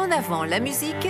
En avant la musique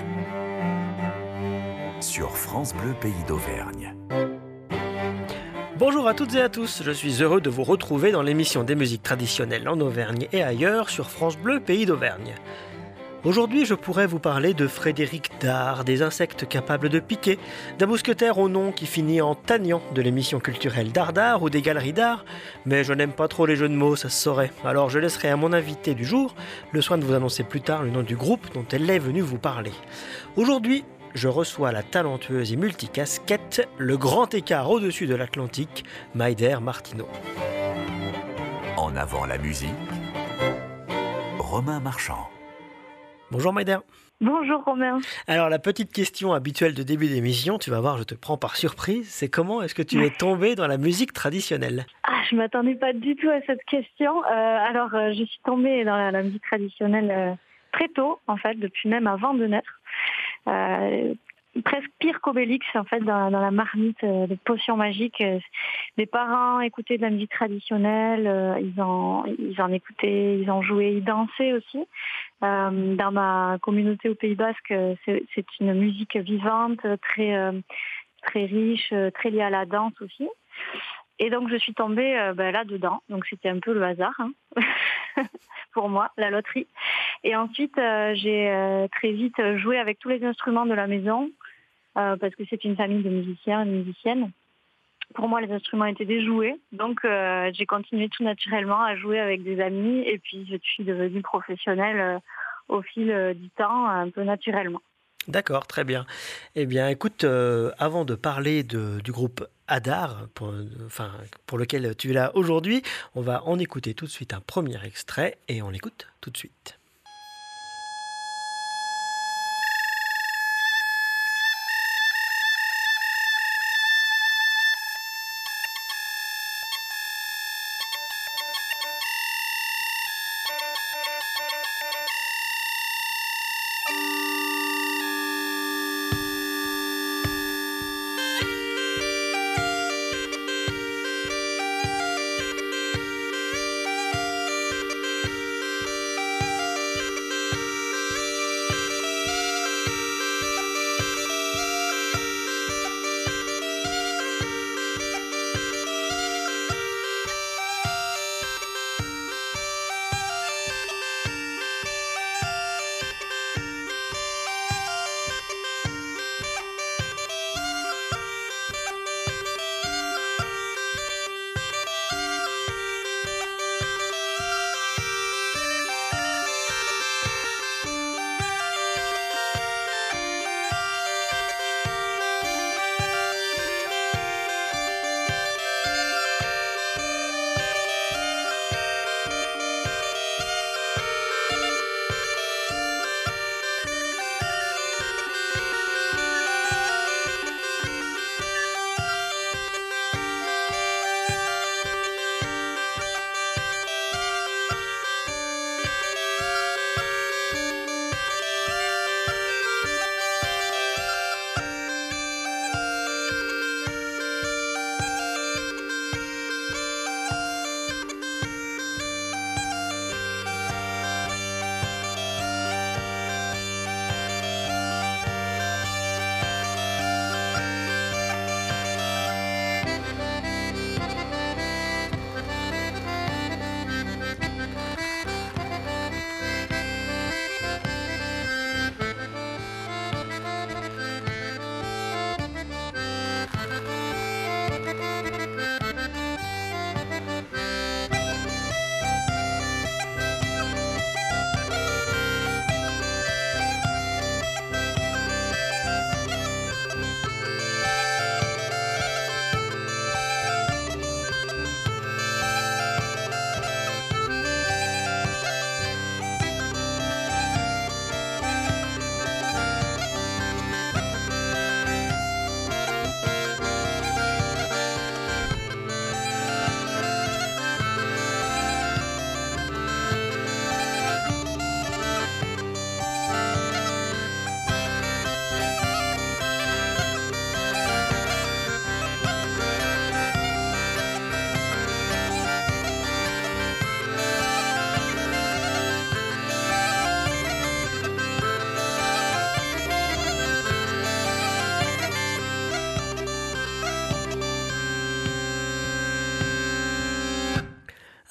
sur France Bleu Pays d'Auvergne. Bonjour à toutes et à tous, je suis heureux de vous retrouver dans l'émission des musiques traditionnelles en Auvergne et ailleurs sur France Bleu Pays d'Auvergne. Aujourd'hui, je pourrais vous parler de Frédéric Dard, des insectes capables de piquer, d'un mousquetaire au nom qui finit en Tagnan de l'émission culturelle Dardar ou des galeries d'art, mais je n'aime pas trop les jeux de mots, ça se saurait. Alors je laisserai à mon invité du jour le soin de vous annoncer plus tard le nom du groupe dont elle est venue vous parler. Aujourd'hui, je reçois la talentueuse et multicasquette, le grand écart au-dessus de l'Atlantique, Maïder Martineau. En avant la musique, Romain Marchand. Bonjour Maïder. Bonjour Romain. Alors la petite question habituelle de début d'émission, tu vas voir, je te prends par surprise, c'est comment est-ce que tu es tombée dans la musique traditionnelle ? Je m'attendais pas du tout à cette question. Je suis tombée dans la musique traditionnelle très tôt, en fait, depuis même avant de naître. Presque pire qu'Obélix, en fait, dans la marmite de potions magiques. Mes parents écoutaient de la musique traditionnelle, ils en écoutaient, ils en jouaient, ils dansaient aussi. Dans ma communauté au Pays Basque, c'est une musique vivante, très riche, très liée à la danse aussi. Et donc je suis tombée là-dedans. Donc c'était un peu le hasard pour moi, la loterie. Et ensuite j'ai très vite joué avec tous les instruments de la maison parce que c'est une famille de musiciens et de musiciennes. Pour moi, les instruments étaient des jouets, donc j'ai continué tout naturellement à jouer avec des amis et puis je suis devenue professionnelle au fil du temps, un peu naturellement. D'accord, très bien. Eh bien, écoute, avant de parler du groupe Hadar, pour lequel tu es là aujourd'hui, on va en écouter tout de suite un premier extrait et on l'écoute tout de suite.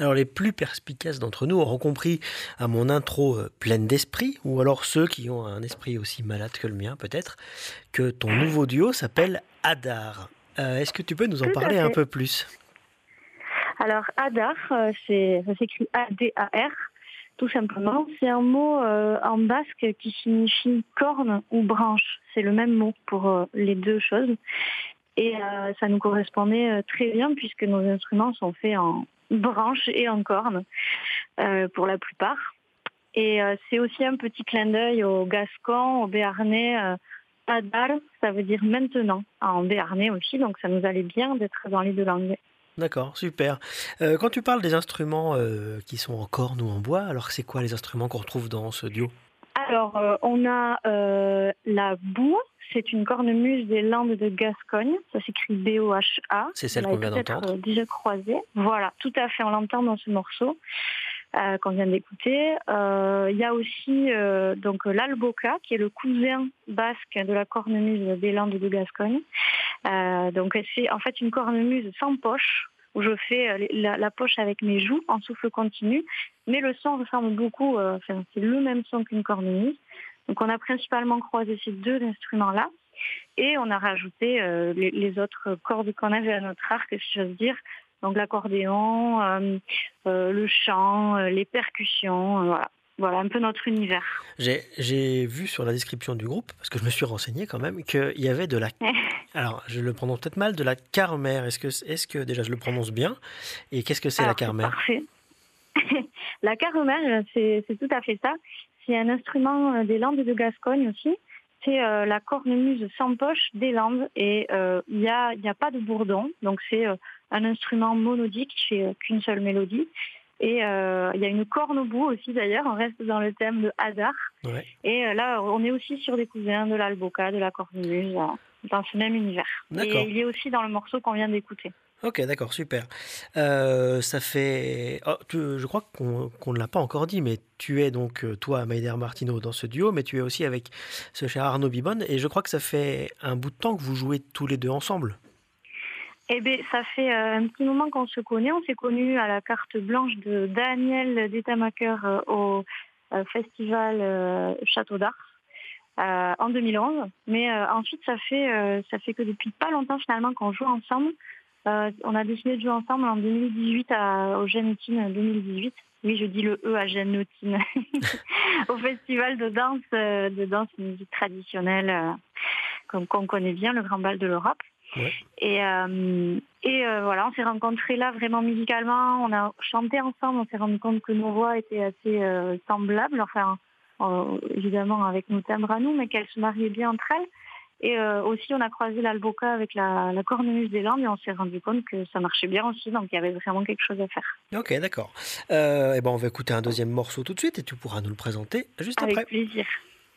Alors les plus perspicaces d'entre nous auront compris à mon intro pleine d'esprit, ou alors ceux qui ont un esprit aussi malade que le mien peut-être, que ton nouveau duo s'appelle Adar. Est-ce que tu peux nous en parler un peu plus ? Alors Adar, ça s'écrit A-D-A-R, tout simplement. C'est un mot en basque qui signifie corne ou branche. C'est le même mot pour les deux choses. Et ça nous correspondait très bien puisque nos instruments sont faits en branches et en cornes pour la plupart. Et c'est aussi un petit clin d'œil au gascon, au béarnais. Adar, ça veut dire maintenant en béarnais aussi, donc ça nous allait bien d'être dans les deux langues. D'accord, super. Quand tu parles des instruments qui sont en corne ou en bois, alors c'est quoi les instruments qu'on retrouve dans ce duo ? Alors, on a la boue. C'est une cornemuse des Landes de Gascogne. Ça s'écrit B-O-H-A. C'est celle qu'on vient d'entendre. Déjà croisée. Voilà, tout à fait. On l'entend dans ce morceau qu'on vient d'écouter. Il y a aussi donc l'alboca, qui est le cousin basque de la cornemuse des Landes de Gascogne. Donc c'est en fait une cornemuse sans poche, où je fais la poche avec mes joues en souffle continu. Mais le son ressemble beaucoup, c'est le même son qu'une cornemuse. Donc on a principalement croisé ces deux instruments-là et on a rajouté les autres cordes qu'on avait à notre arc, si j'ose dire. Donc l'accordéon, le chant, les percussions, voilà un peu notre univers. J'ai vu sur la description du groupe, parce que je me suis renseigné quand même, qu'il y avait de la... Alors, je le prononce peut-être mal, de la carmère. Est-ce que déjà je le prononce bien ? Et qu'est-ce que c'est la carmère ? Parfait. La carmère, c'est tout à fait ça. C'est un instrument des Landes de Gascogne aussi. C'est la cornemuse sans poche des Landes et il y a pas de bourdon. Donc c'est un instrument monodique qui fait qu'une seule mélodie. Et il y a une corne au bout aussi d'ailleurs. On reste dans le thème de Adar. Ouais. Et là, on est aussi sur des cousins de l'alboca, de la cornemuse, dans ce même univers. D'accord. Et il est aussi dans le morceau qu'on vient d'écouter. Ok, d'accord, super. Ça fait... je crois qu'on ne l'a pas encore dit, mais tu es donc, toi, Maïder Martineau, dans ce duo, mais tu es aussi avec ce cher Arnaud Bibonne, et je crois que ça fait un bout de temps que vous jouez tous les deux ensemble. Eh bien, ça fait un petit moment qu'on se connaît. On s'est connus à la carte blanche de Daniel Détamaker au festival Château d'Ars en 2011. Mais ensuite, ça fait que depuis pas longtemps, finalement, qu'on joue ensemble. On a décidé de jouer ensemble en 2018 au Genotine 2018. Oui, je dis le E à Genotine. Au festival de danse musique traditionnelle qu'on connaît bien, le Grand Bal de l'Europe. Ouais. Et voilà, on s'est rencontrés là vraiment musicalement. On a chanté ensemble. On s'est rendu compte que nos voix étaient assez semblables. Enfin, évidemment avec nos timbres à nous, mais qu'elles se mariaient bien entre elles. Et aussi, on a croisé l'alboca avec la cornemuse des Landes et on s'est rendu compte que ça marchait bien aussi, donc il y avait vraiment quelque chose à faire. Ok, d'accord. Et ben on va écouter un deuxième morceau tout de suite et tu pourras nous le présenter juste avec après. Avec plaisir.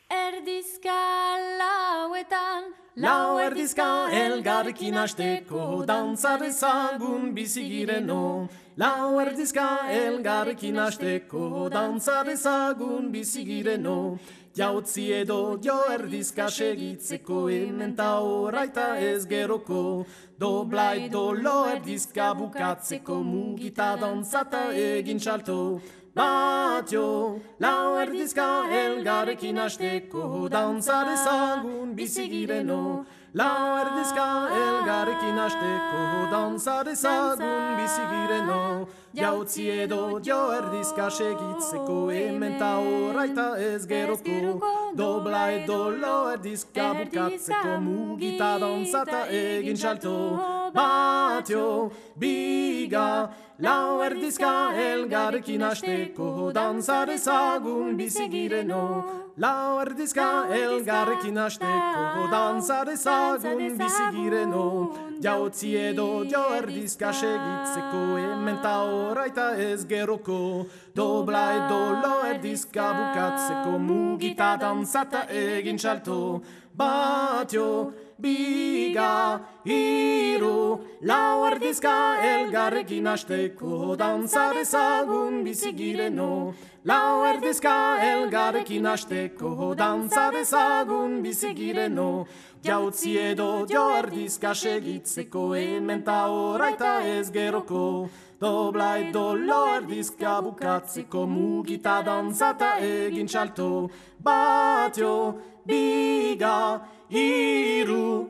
Lau erdizka elgarrekin hasteko dantza dezagun bizi gireno. Lau erdizka elgarrekin hasteko dantza dezagun bizi gireno. Jautzi edo jo erdizka segitzeko hemen ta oraita ez geroko. Dobla edo lo erdizka bukatzeko mugita dantzata egin salto. Batio, lau erdizka elgarrekin hasteko dantza dezagun bizi gireno. Lau erdizka elgarrekin hasteko dantza dezagun bizi gireno. Jautzi edo jo erdizka segitzeko hemen ta oraita ez geroko. Dobla edo lo erdizka bukatzeko mugita dantzata egin salto. Batio, biga, lau erdizka elgarrekin hasteko dantza dezagun bizi gireno. Lau erdizka elgarrekin hasteko dantza dezagun bizi gireno. Jautzi edo jo erdizka segitzeko hemen ta oraita ez geroko. Dobla edo lo erdizka bukatzeko mugita dantzata egin salto. Batio, biga, hiru, lau erdizka elgarrekin hasteko dantza dezagun bizi gireno. Lau erdizka elgarrekin hasteko dantza dezagun bizi gireno. Jautzi edo jo erdizka segitzeko hemen ta oraita ez geroko. dobla e dollo erdizka bukatzeko mugita dantzata egin salto. Batio, biga, iru,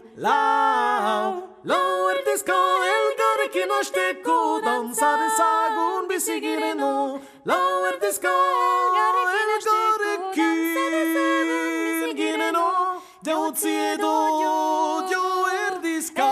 lau erdizka elgarrekin hasteko dantza dezagun bizi gireno. Lau erdizka elgarrekin gireno. Jautzi edo jo erdizka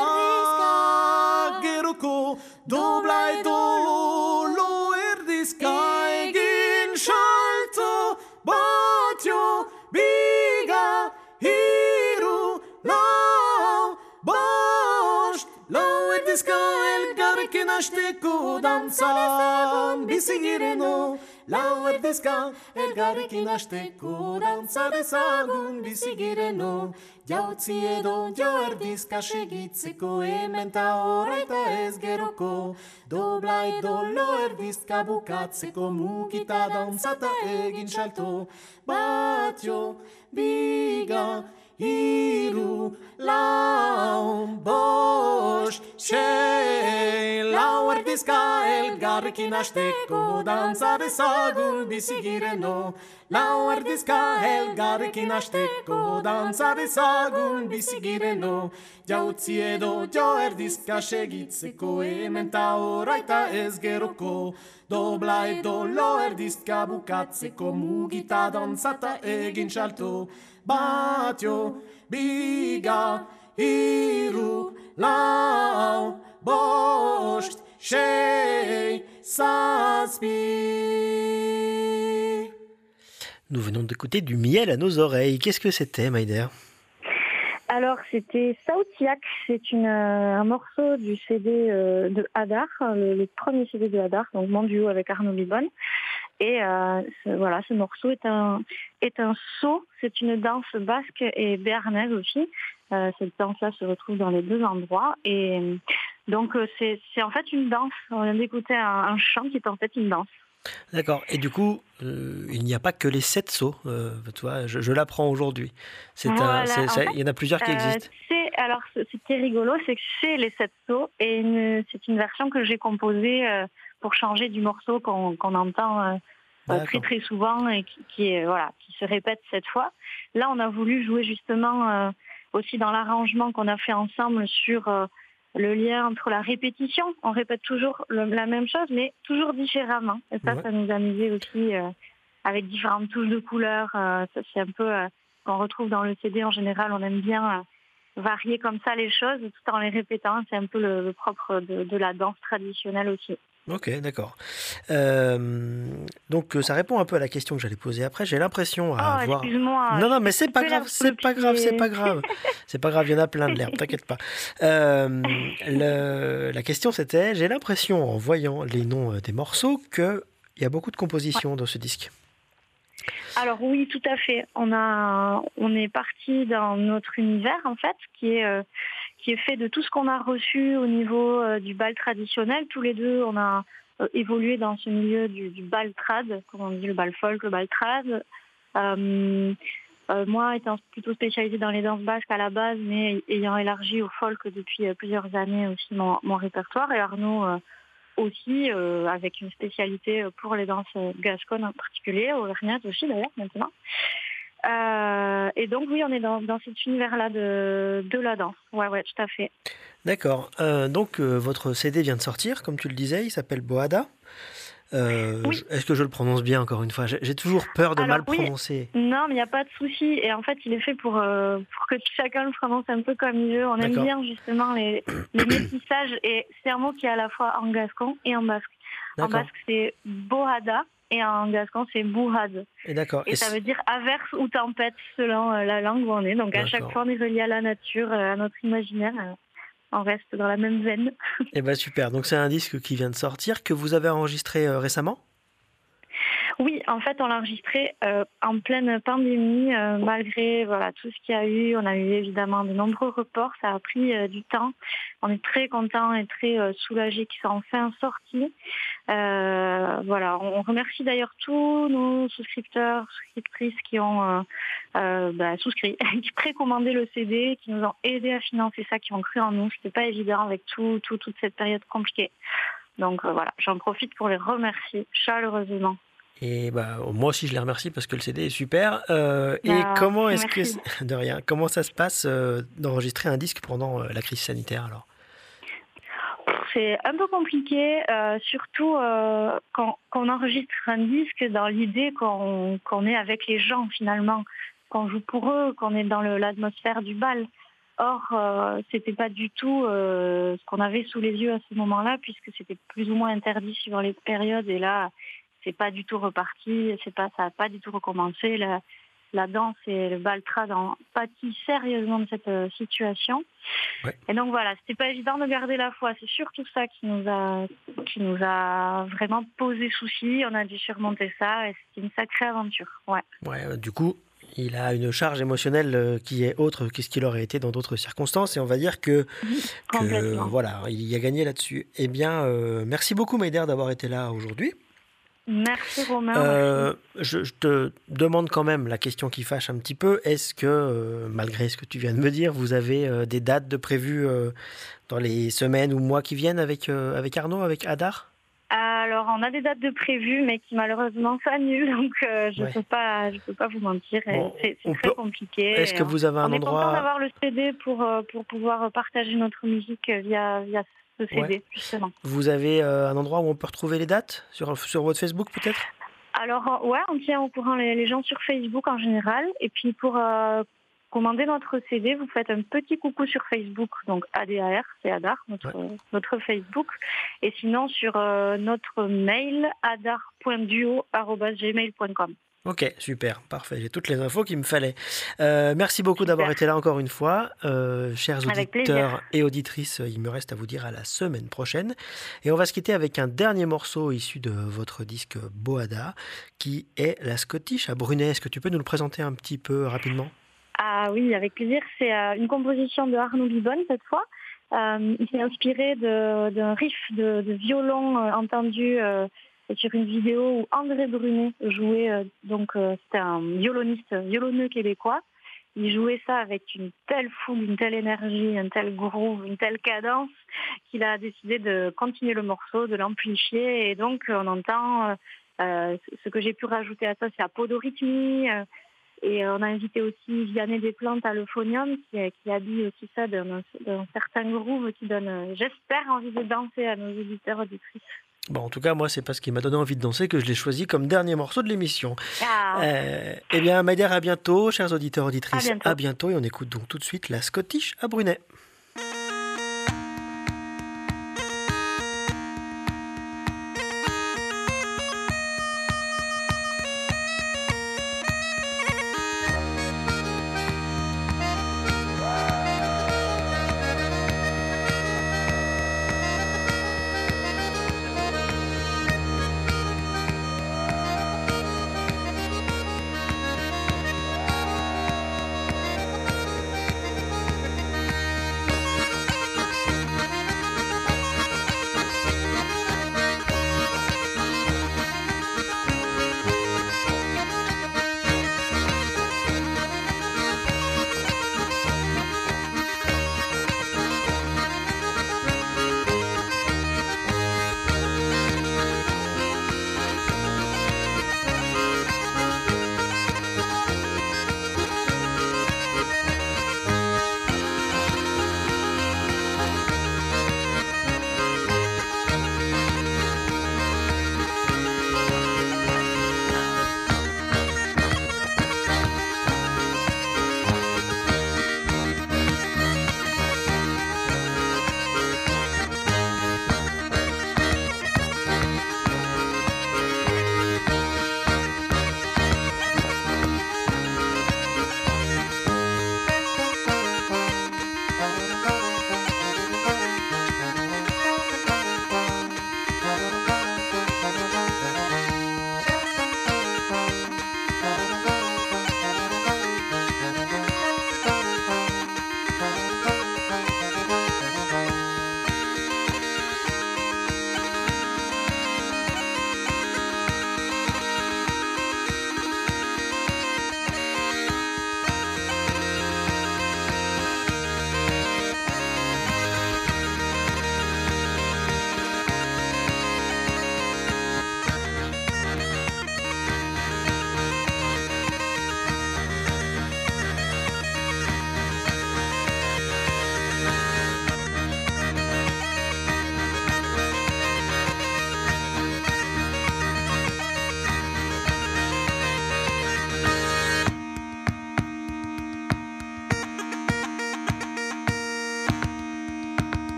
geroko. Dobla edo lo erdizka egin salto. Batio, biga, hiru, lau, bost. Lau erdizka elgarrekin hasteko dantzan bizi gireno. Lau erdizka elgarrekin hasteko dantza dezagun bizi gireno. Jautzi edo jo erdizka segitzeko hemen ta horreta ez geroko. Dobla edo lo erdizka bukatzeko mugita dantzata egin salto. Batio, biga, hiru, lau, bost, sei. Lau erdizka elgarrekin hasteko dantza dezagun bizi gireno. Lau erdizka elgarrekin hasteko dantza dezagun bizi gireno. Jautzi edo jo erdizka segitzeko hemen ta horraita ez geroko. Dobla edo lo erdizka bukatzeko mugita dantzata egin salto. Batio, biga, hiru, lau, bost, sei, zazpi. Nous venons d'écouter du miel à nos oreilles. Qu'est-ce que c'était, Maïder ? Alors, c'était Saoutiak, c'est un morceau du CD de Hadar, le premier CD de Hadar, donc mon duo avec Arnaud Libonne. Et voilà, ce morceau est un saut, c'est une danse basque et béarnaise aussi. Cette danse-là se retrouve dans les deux endroits. Et donc, c'est en fait une danse. On vient d'écouter un chant qui est en fait une danse. D'accord. Et du coup, il n'y a pas que les 7 sauts. Tu vois, je l'apprends aujourd'hui. Voilà, Il y en a plusieurs qui existent. Alors, ce qui est rigolo, c'est que c'est les 7 sauts. Et c'est une version que j'ai composée pour changer du morceau qu'on entend très très souvent et qui se répète 7 fois. Là, on a voulu jouer justement aussi dans l'arrangement qu'on a fait ensemble sur le lien entre la répétition. On répète toujours la même chose, mais toujours différemment. Et ça nous amusait aussi avec différentes touches de couleurs. C'est un peu qu'on retrouve dans le CD en général. On aime bien varier comme ça les choses tout en les répétant. C'est un peu le propre de la danse traditionnelle aussi. Ok, d'accord. Donc ça répond un peu à la question que j'allais poser après. J'ai l'impression à avoir... Excuse-moi. Non, mais c'est pas grave, c'est pas grave. C'est pas grave, il y en a plein de l'herbe, t'inquiète pas. La question c'était, j'ai l'impression en voyant les noms des morceaux qu'il y a beaucoup de compositions dans ce disque. Alors oui, tout à fait. On est parti dans notre univers en fait, qui est fait de tout ce qu'on a reçu au niveau du bal traditionnel. Tous les deux, on a évolué dans ce milieu du bal trad, comme on dit, le bal folk, le bal trad. Moi, étant plutôt spécialisée dans les danses basques à la base, mais ayant élargi au folk depuis plusieurs années aussi mon répertoire. Et Arnaud aussi, avec une spécialité pour les danses gasconnes en particulier, auvergnates aussi d'ailleurs maintenant. Et donc oui, on est dans cet univers-là de la danse. Ouais, tout à fait. D'accord. Donc votre CD vient de sortir, comme tu le disais, il s'appelle Bohada. Oui. Est-ce que je le prononce bien encore une fois ? J'ai toujours peur de mal prononcer. Non, mais il n'y a pas de souci. Et en fait, il est fait pour que chacun le prononce un peu comme il veut. On aime bien justement les métissages. Et c'est un mot qui est à la fois en gascon et en basque. En basque, c'est Bohada. Et en gascon, c'est Bouhad. Et ça veut dire averse ou tempête selon la langue où on est. Donc à chaque fois, on est relié à la nature, à notre imaginaire. On reste dans la même veine. Eh bien super, donc c'est un disque qui vient de sortir, que vous avez enregistré récemment ? Oui, en fait, on l'a enregistré en pleine pandémie, malgré tout ce qu'il y a eu. On a eu évidemment de nombreux reports, ça a pris du temps. On est très contents et très soulagés qu'ils soient enfin sortis. On remercie d'ailleurs tous nos souscripteurs, souscriptrices qui ont souscrit, qui précommandaient le CD, qui nous ont aidés à financer ça, qui ont cru en nous. C'était pas évident avec toute cette période compliquée. Donc voilà, j'en profite pour les remercier chaleureusement. Et moi aussi, je les remercie parce que le CD est super. Et comment est-ce que, de rien, comment ça se passe d'enregistrer un disque pendant la crise sanitaire alors? C'est un peu compliqué, surtout quand on enregistre un disque dans l'idée qu'on est avec les gens finalement, qu'on joue pour eux, qu'on est dans l'atmosphère du bal. Or, c'était pas du tout ce qu'on avait sous les yeux à ce moment-là, puisque c'était plus ou moins interdit suivant les périodes. Et là, c'est pas du tout reparti, ça n'a pas du tout recommencé. La danse et le bal trad ont pâti sérieusement de cette situation. Ouais. Et donc voilà, c'était pas évident de garder la foi. C'est surtout ça qui nous a vraiment posé souci. On a dû surmonter ça et c'était une sacrée aventure. Ouais, du coup, il a une charge émotionnelle qui est autre que ce qu'il aurait été dans d'autres circonstances. Et on va dire que voilà, il y a gagné là-dessus. Eh bien, merci beaucoup Maïder d'avoir été là aujourd'hui. Merci Romain. Je te demande quand même la question qui fâche un petit peu. Est-ce que, malgré ce que tu viens de me dire, vous avez des dates de prévues dans les semaines ou mois qui viennent avec Arnaud, avec Hadar ? Alors, on a des dates de prévues, mais qui malheureusement s'annulent, donc je peux pas vous mentir. Bon, c'est très compliqué. Est-ce que vous avez un endroit... On est content d'avoir le CD pour pouvoir partager notre musique via ce CD, justement. Vous avez un endroit où on peut retrouver les dates sur votre Facebook, peut-être ? Alors, on tient au courant les gens sur Facebook en général. Et puis, pour commander notre CD, vous faites un petit coucou sur Facebook, donc ADAR, c'est Hadar, notre Facebook. Et sinon, sur notre mail, hadar.duo@gmail.com. Ok, super, parfait. J'ai toutes les infos qu'il me fallait. Merci beaucoup d'avoir été là encore une fois. Chers auditeurs et auditrices, il me reste à vous dire à la semaine prochaine. Et on va se quitter avec un dernier morceau issu de votre disque Boada, qui est la Scottish à Brunet. Est-ce que tu peux nous le présenter un petit peu rapidement ? Ah oui, avec plaisir. C'est une composition de Arnaud Bibonne cette fois. Il s'est inspiré d'un riff de violon entendu sur une vidéo où André Brunet jouait. C'était un violonneux québécois. Il jouait ça avec une telle foule, une telle énergie, un tel groove, une telle cadence qu'il a décidé de continuer le morceau, de l'amplifier. Et donc on entend ce que j'ai pu rajouter à ça, c'est la podorythmie. Et on a invité aussi Vianney Desplantes à l'euphonium qui habille aussi ça d'un certain groove qui donne, j'espère, envie de danser à nos auditeurs et auditrices. Bon, en tout cas, moi, c'est parce qu'il m'a donné envie de danser que je l'ai choisi comme dernier morceau de l'émission. Eh bien, Maïder, à bientôt, chers auditeurs, auditrices. À bientôt. Et on écoute donc tout de suite la Scottish à Brunet.